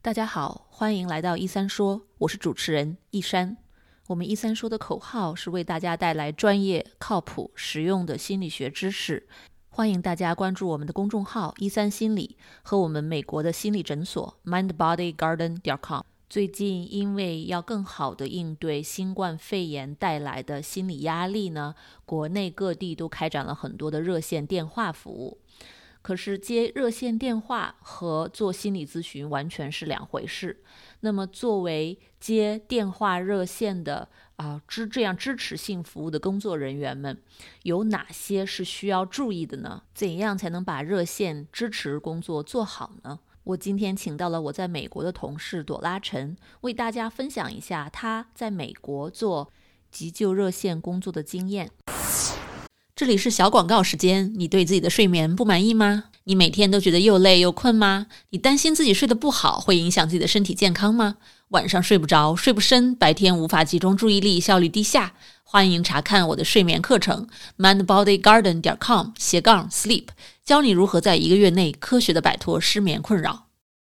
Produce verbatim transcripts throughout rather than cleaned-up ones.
大家好，欢迎来到一三说，我是主持人一山。我们一三说的口号是为大家带来专业、靠谱、实用的心理学知识。欢迎大家关注我们的公众号一三心理和我们美国的心理诊所 mind body garden 点 com。最近因为要更好地应对新冠肺炎带来的心理压力呢，国内各地都开展了很多的热线电话服务。可是接热线电话和做心理咨询完全是两回事。那么作为接电话热线的啊支这样支持性服务的工作人员们，有哪些是需要注意的呢？怎样才能把热线支持工作做好呢？我今天请到了我在美国的同事朵拉陈，为大家分享一下她在美国做急救热线工作的经验。这里是小广告时间，你对自己的睡眠不满意吗？你每天都觉得又累又困吗？你担心自己睡得不好会影响自己的身体健康吗？晚上睡不着，睡不深，白天无法集中注意力，效率低下？欢迎查看我的睡眠课程 mind body garden 点 com 斜杠 sleep， 教你如何在一个月内科学的摆脱失眠困扰。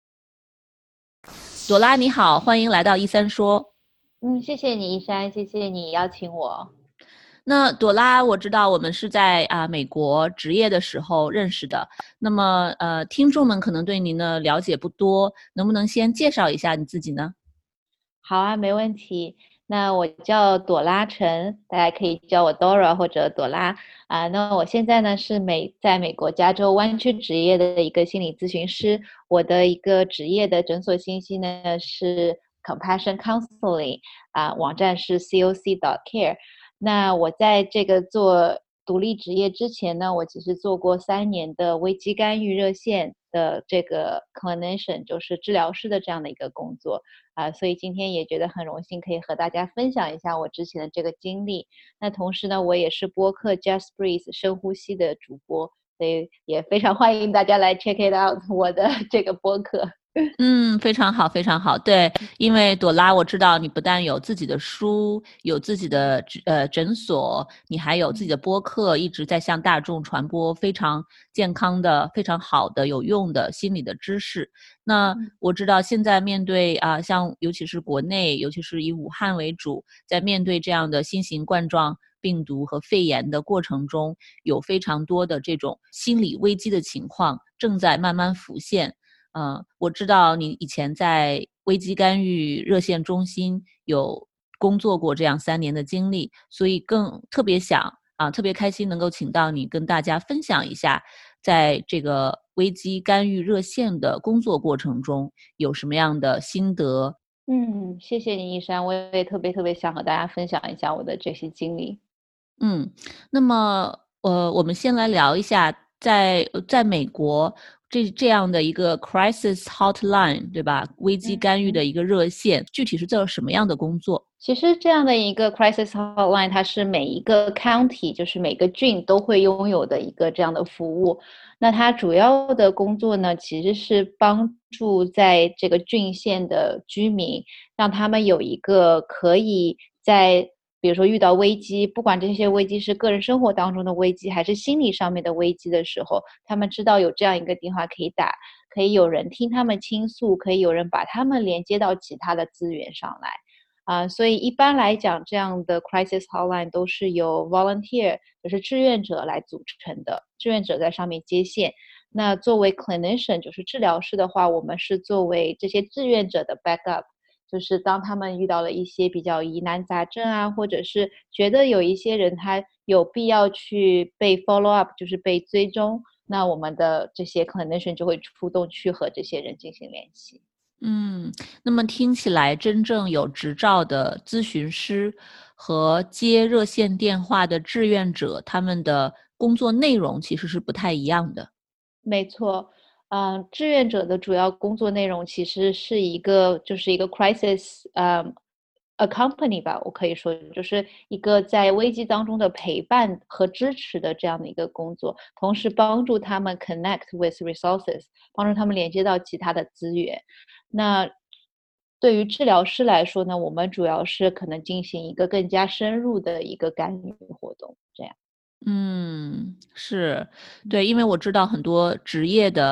朵拉你好，欢迎来到一三说。 嗯，谢谢你一山，谢谢你邀请我。 那朵拉，我知道我们是在啊美国职业的时候认识的。那么呃，听众们可能对您的了解不多，能不能先介绍一下你自己呢？ 好啊，没问题。那我叫朵拉陈，大家可以叫我 Dora 或者朵拉啊。那我现在呢是美在美国加州湾区职业的一个心理咨询师。我的一个职业的诊所信息呢是 Compassion Counseling 啊，网站是 C O C dot care。那我在这个做独立职业之前呢，我其实做过三年的危机干预热线的这个 clinician， 就是治疗师的这样的一个工作啊，所以今天也觉得很荣幸可以和大家分享一下我之前的这个经历。那同时呢，我也是播客 Just Breathe 深呼吸的主播，所以也非常欢迎大家来 check it out 我的这个播客。 嗯，非常好，非常好。对，因为朵拉，我知道你不但有自己的书，有自己的呃诊所，你还有自己的播客，一直在向大众传播非常健康的、非常好的、有用的心理的知识。那我知道现在面对啊、呃，像尤其是国内，尤其是以武汉为主，在面对这样的新型冠状病毒和肺炎的过程中，有非常多的这种心理危机的情况正在慢慢浮现。嗯，我知道你以前在危机干预热线中心有工作过这样三年的经历，所以更特别想啊，特别开心能够请到你跟大家分享一下，在这个危机干预热线的工作过程中有什么样的心得。 嗯，谢谢你一山，我也特别特别想和大家分享一下我的这些经历。 嗯，那么呃，我们先来聊一下在在美国这这样的一个 crisis hotline， 对吧？危机干预的一个热线，具体是做什么样的工作？ 其实这样的一个 crisis hotline， 它是每一个 county， 就是每个郡都会拥有的一个这样的服务。那它主要的工作呢，其实是帮助在这个郡县的居民，让他们有一个可以在比如说遇到危机，不管这些危机是个人生活当中的危机，还是心理上面的危机的时候，他们知道有这样一个电话可以打，可以有人听他们倾诉，可以有人把他们连接到其他的资源上来。啊、呃，所以一般来讲，这样的 crisis hotline 都是由 volunteer， 就是志愿者来组成的，志愿者在上面接线。那作为 clinician， 就是治疗师的话，我们是作为这些志愿者的 backup， 就是当他们遇到了一些比较疑难杂症啊，或者是觉得有一些人他有必要去被 follow up， 就是被追踪，那我们的这些 clinician 就会出动去和这些人进行联系。 嗯，那么听起来真正有执照的咨询师和接热线电话的志愿者，他们的工作内容其实是不太一样的。 没错，嗯、呃，志愿者的主要工作内容其实是一个，就是一个 crisis，呃，accompany 吧，我可以说就是一个在危机当中的陪伴和支持的这样的一个工作，同时帮助他们 connect with resources， 帮助他们连接到其他的资源。那对于治疗师来说呢，我们主要是可能进行一个更加深入的一个干预活动，这样。 嗯，是，对，因为我知道很多职业的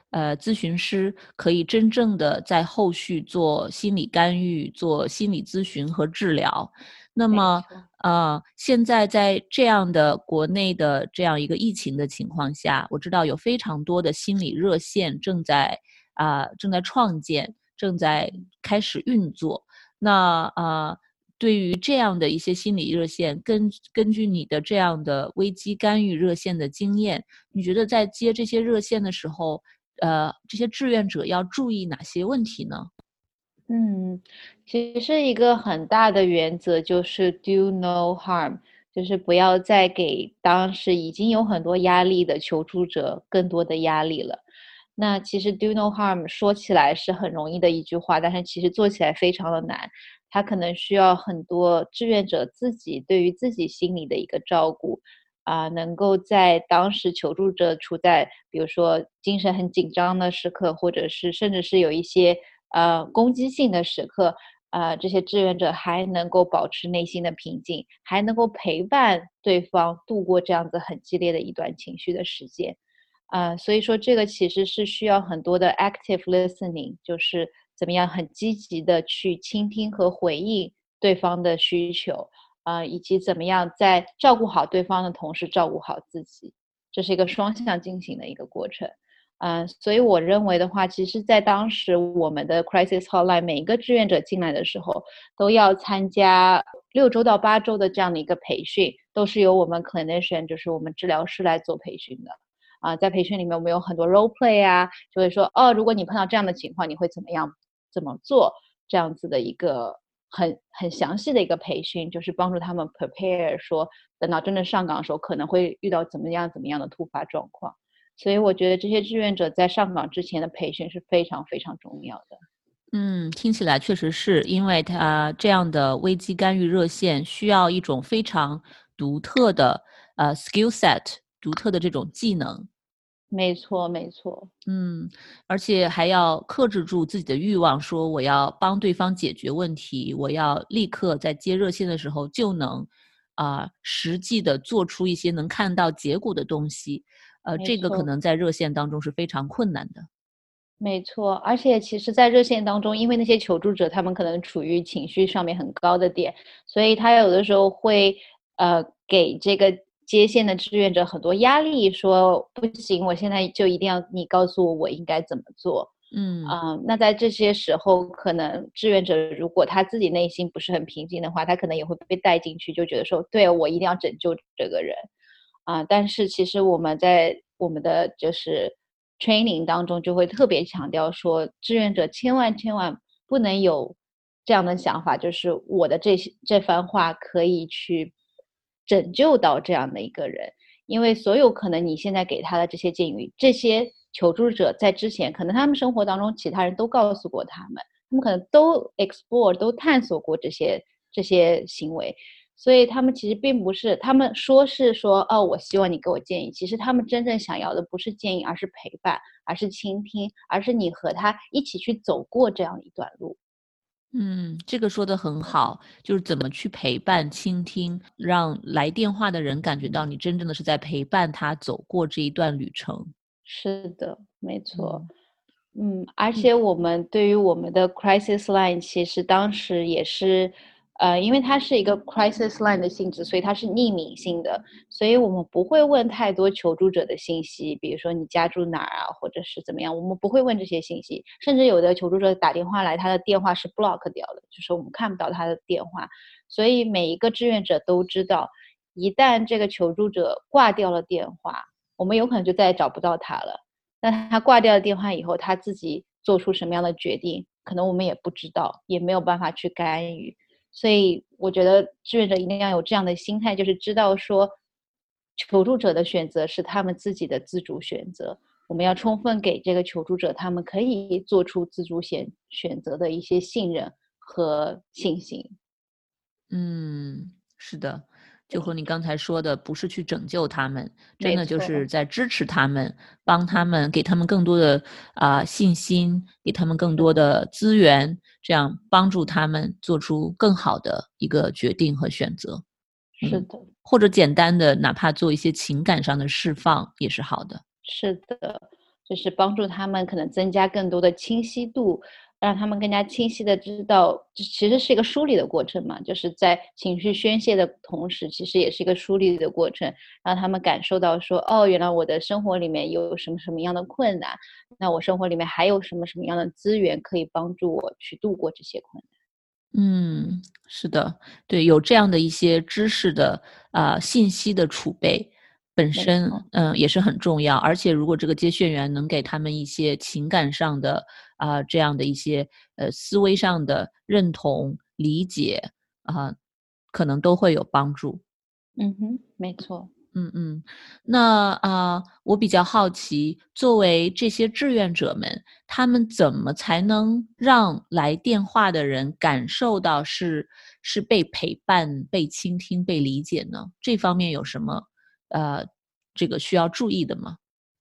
呃咨询师可以真正的在后续做心理干预、做心理咨询和治疗。那么呃，现在在这样的国内的这样一个疫情的情况下，我知道有非常多的心理热线正在啊、呃、正在创建，正在开始运作。那呃，对于这样的一些心理热线，根根据你的这样的危机干预热线的经验，你觉得在接这些热线的时候，呃，这些志愿者要注意哪些问题呢？ 嗯，其实一个很大的原则就是 do no harm，就是不要再给当时已经有很多压力的求助者更多的压力了。那其实 do no harm 说起来是很容易的一句话，但是其实做起来非常的难。它可能需要很多志愿者自己对于自己心理的一个照顾，啊、能够在当时求助者处在比如说精神很紧张的时刻，或者是甚至是有一些呃攻击性的时刻，呃，这些志愿者还能够保持内心的平静，还能够陪伴对方度过这样子很激烈的一段情绪的时间。呃，所以说这个其实是需要很多的 active listening，就是怎么样很积极的去倾听和回应对方的需求，呃，以及怎么样在照顾好对方的同时照顾好自己，这是一个双向进行的一个过程。嗯、呃，所以我认为的话，其实在当时我们的 crisis hotline 每一个志愿者进来的时候，都要参加六周到八周的这样的一个培训，都是由我们 clinician，就是我们治疗师来做培训的。啊、呃，在培训里面我们有很多 role play 啊，就会说哦，如果你碰到这样的情况，你会怎么样怎么做，这样子的一个很很详细的一个培训，就是帮助他们 prepare， 说等到真正上岗的时候可能会遇到怎么样怎么样的突发状况。所以我觉得这些志愿者在上岗之前的培训是非常非常重要的。 嗯，听起来确实是，因为它这样的危机干预热线需要一种非常独特的呃 skill set，独特的这种技能。 没错，没错。 嗯，而且还要克制住自己的欲望，说我要帮对方解决问题，我要立刻在接热线的时候就能啊、呃实际的做出一些能看到结果的东西。呃，这个可没错。 能在热线当中是非常困难的。 没错，而且其实在热线当中，因为那些求助者他们可能处于情绪上面很高的点，所以他有的时候会呃给这个接线的志愿者很多压力，说不行，我现在就一定要你告诉我我应该怎么做。 嗯嗯，那在这些时候，可能志愿者如果他自己内心不是很平静的话，他可能也会被带进去，就觉得说，对，我一定要拯救这个人。啊，但是其实我们在我们的就是 training 当中就会特别强调说，志愿者千万千万不能有这样的想法，就是我的这些这番话可以去拯救到这样的一个人，因为所有可能你现在给他的这些建议，这些求助者在之前可能他们生活当中其他人都告诉过他们，他们可能都 explore 都探索过这些这些行为。所以他们其实并不是，他们说是说，哦，我希望你给我建议。其实他们真正想要的不是建议，而是陪伴，而是倾听，而是你和他一起去走过这样一段路。 嗯，这个说的很好，就是怎么去陪伴、倾听，让来电话的人感觉到你真正的是在陪伴他走过这一段旅程。 是的，没错。 嗯嗯，而嗯且我们对于我们的 crisis line，其实当时也是，呃，因为它是一个 crisis line 的性质，所以它是匿名性的，所以我们不会问太多求助者的信息，比如说你家住哪儿啊，或者是怎么样，我们不会问这些信息。甚至有的求助者打电话来，他的电话是 block 掉的，就是我们看不到他的电话。所以每一个志愿者都知道，一旦这个求助者挂掉了电话，我们有可能就再也找不到他了。那他挂掉了电话以后，他自己做出什么样的决定，可能我们也不知道，也没有办法去干预。所以我觉得志愿者一定要有这样的心态，就是知道说，求助者的选择是他们自己的自主选择。我们要充分给这个求助者他们可以做出自主选选择的一些信任和信心。 嗯，是的，就和对， 你刚才说的，不是去拯救他们，真的就是没错。 在支持他们，帮他们，给他们更多的啊、呃信心，给他们更多的资源，这样帮助他们做出更好的一个决定和选择。嗯， 是的。 或者简单的，哪怕做一些情感上的释放也是好的。 是的， 就是帮助他们可能增加更多的清晰度，让他们更加清晰的知道，这其实是一个梳理的过程嘛，就是在情绪宣泄的同时，其实也是一个梳理的过程，让他们感受到说，哦，原来我的生活里面有什么什么样的困难，那我生活里面还有什么什么样的资源可以帮助我去度过这些困难。 嗯，是的，对，有这样的一些知识的啊、呃信息的储备，本身没错。 嗯、呃也是很重要。而且如果这个接线员能给他们一些情感上的啊、呃这样的一些呃思维上的认同理解啊、呃可能都会有帮助。 嗯哼，没错。 嗯嗯，那啊、呃我比较好奇，作为这些志愿者们，他们怎么才能让来电话的人感受到是是被陪伴、被倾听、被理解呢？这方面有什么呃这个需要注意的吗？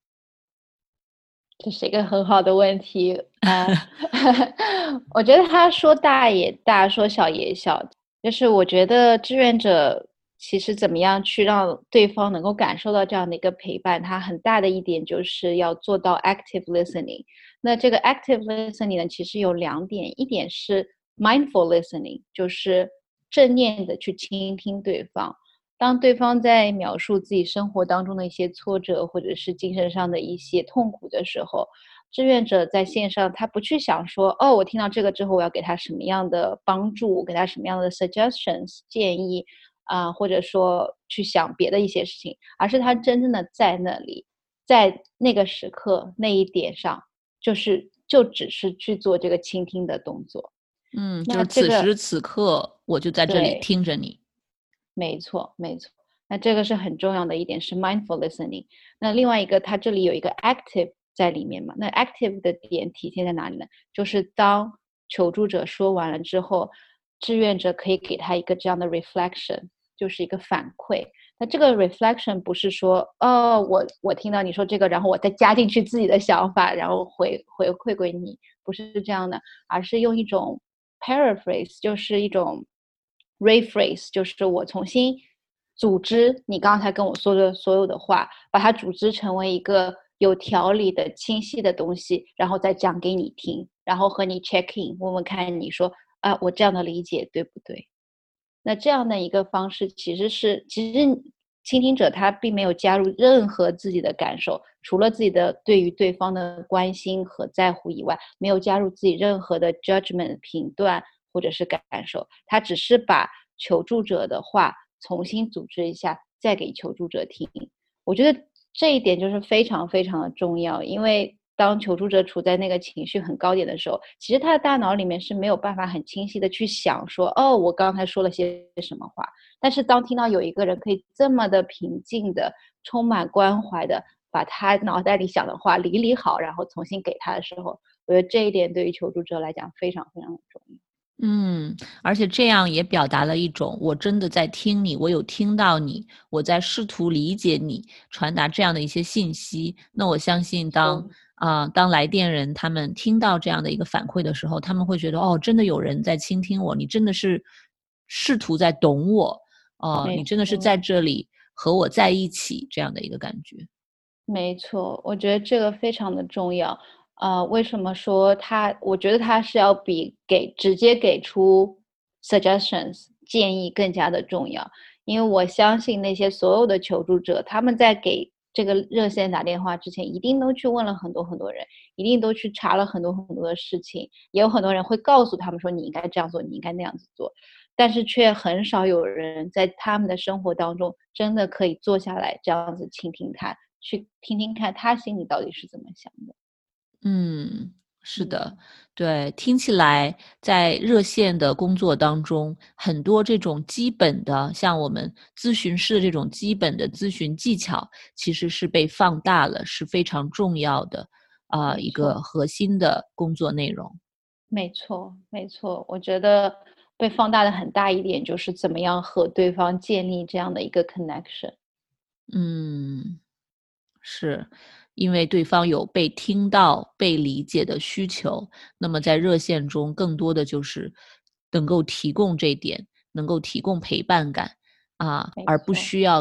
这是一个很好的问题啊。我觉得他说大也大，说小也小，就是我觉得志愿者其实怎么样去让对方能够感受到这样的一个陪伴，它很大的一点就是要做到 active listening。那这个 active listening 呢，其实有两点，一点是 mindful listening，就是正念的去倾听对方。当对方在描述自己生活当中的一些挫折，或者是精神上的一些痛苦的时候，志愿者在线上，他不去想说，哦，我听到这个之后，我要给他什么样的帮助，给他什么样的 suggestions 建议啊、呃或者说去想别的一些事情，而是他真正的在那里，在那个时刻那一点上，就是就只是去做这个倾听的动作。 嗯，就是那这个此时此刻我就在这里对， 听着你。 没错，没错。那这个是很重要的一点，是 mindful listening。那另外一个，它这里有一个 active 在里面嘛？那 active 的点体现在哪里呢？就是当求助者说完了之后，志愿者可以给他一个这样的 reflection，就是一个反馈。那这个 reflection 不是说，哦，我我听到你说这个，然后我再加进去自己的想法，然后回回馈给你，不是这样的，而是用一种 paraphrase，就是一种 rephrase，就是我重新组织你刚才跟我说的所有的话，把它组织成为一个有条理的、清晰的东西，然后再讲给你听，然后和你 check in，问问看你说啊，我这样的理解对不对？那这样的一个方式，其实是其实倾听者他并没有加入任何自己的感受，除了自己的对于对方的关心和在乎以外，没有加入自己任何的 judgment 评断或者是感受，他只是把求助者的话重新组织一下，再给求助者听。我觉得这一点就是非常非常的重要，因为当求助者处在那个情绪很高点的时候，其实他的大脑里面是没有办法很清晰的去想说，哦，我刚才说了些什么话。但是当听到有一个人可以这么的平静的、充满关怀的，把他脑袋里想的话理理好，然后重新给他的时候，我觉得这一点对于求助者来讲非常非常的重要。 嗯，而且这样也表达了一种我真的在听你，我有听到你，我在试图理解你，传达这样的一些信息。那我相信当说啊、呃当来电人他们听到这样的一个反馈的时候，他们会觉得哦，真的有人在倾听我，你真的是试图在懂我，哦、呃没你真的是在错。 这里和我在一起这样的一个感觉。 没错，我觉得这个非常的重要。呃，为什么说他我觉得他是要比给直接给出 suggestions 建议更加的重要。因为我相信那些所有的求助者，他们在给这个热线打电话之前，一定都去问了很多很多人，一定都去查了很多很多的事情，也有很多人会告诉他们说你应该这样做，你应该那样子做。但是却很少有人在他们的生活当中真的可以坐下来这样子倾听他，去听听看他心里到底是怎么想的。 嗯，是的， 嗯， 对，听起来在热线的工作当中，很多这种基本的，像我们咨询师的这种基本的咨询技巧，其实是被放大了，是非常重要的啊、一个没错， 核心的工作内容。 没错，没错。我觉得被放大的很大一点就是怎么样和对方建立这样的一个 connection。 嗯。是，因为对方有被听到、被理解的需求，那么在热线中更多的就是能够提供这点，能够提供陪伴感啊，而不没错。 需要给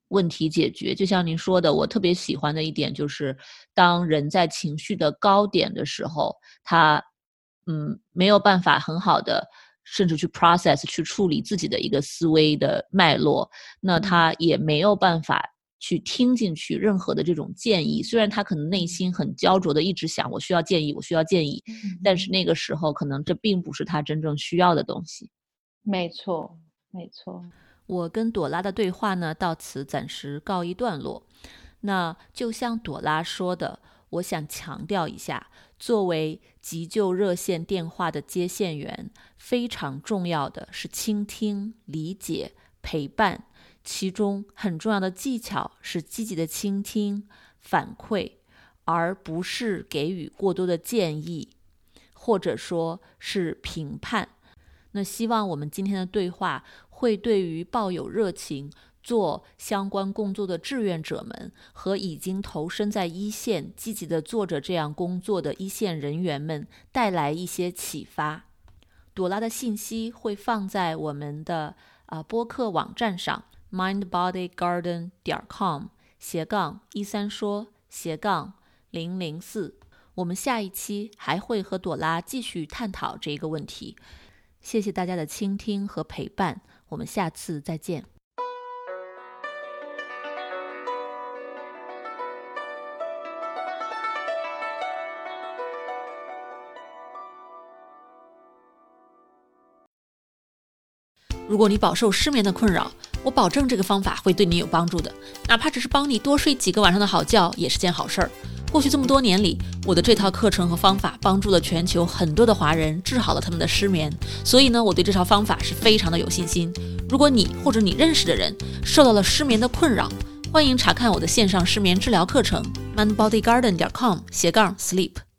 问题解决。就像您说的，我特别喜欢的一点就是，当人在情绪的高点的时候，他嗯没有办法很好的甚至去 process 去处理自己的一个思维的脉络，那他也没有办法去听进去任何的这种建议。虽然他可能内心很焦灼的一直想我需要建议我需要建议，但是那个时候可能这并不是他真正需要的东西。 没错没错。 我跟朵拉的对话呢，到此暂时告一段落。那就像朵拉说的，我想强调一下，作为急救热线电话的接线员，非常重要的是倾听、理解、陪伴，其中很重要的技巧是积极的倾听、反馈，而不是给予过多的建议，或者说是评判。那希望我们今天的对话会对于抱有热情做相关工作的志愿者们和已经投身在一线积极的做着这样工作的一线人员们带来一些启发。朵拉的信息会放在我们的、呃、播客网站上 mind body garden 点 com 斜杠一三说斜杠零零四。我们下一期还会和朵拉继续探讨这个问题。谢谢大家的倾听和陪伴，我们下次再见。如果你饱受失眠的困扰，我保证这个方法会对你有帮助的，哪怕只是帮你多睡几个晚上的好觉，也是件好事儿。过去这么多年里，我的这套课程和方法帮助了全球很多的华人治好了他们的失眠，所以呢，我对这套方法是非常的有信心。如果你或者你认识的人受到了失眠的困扰，欢迎查看我的线上失眠治疗课程 mind body garden 点 com 斜杠 sleep。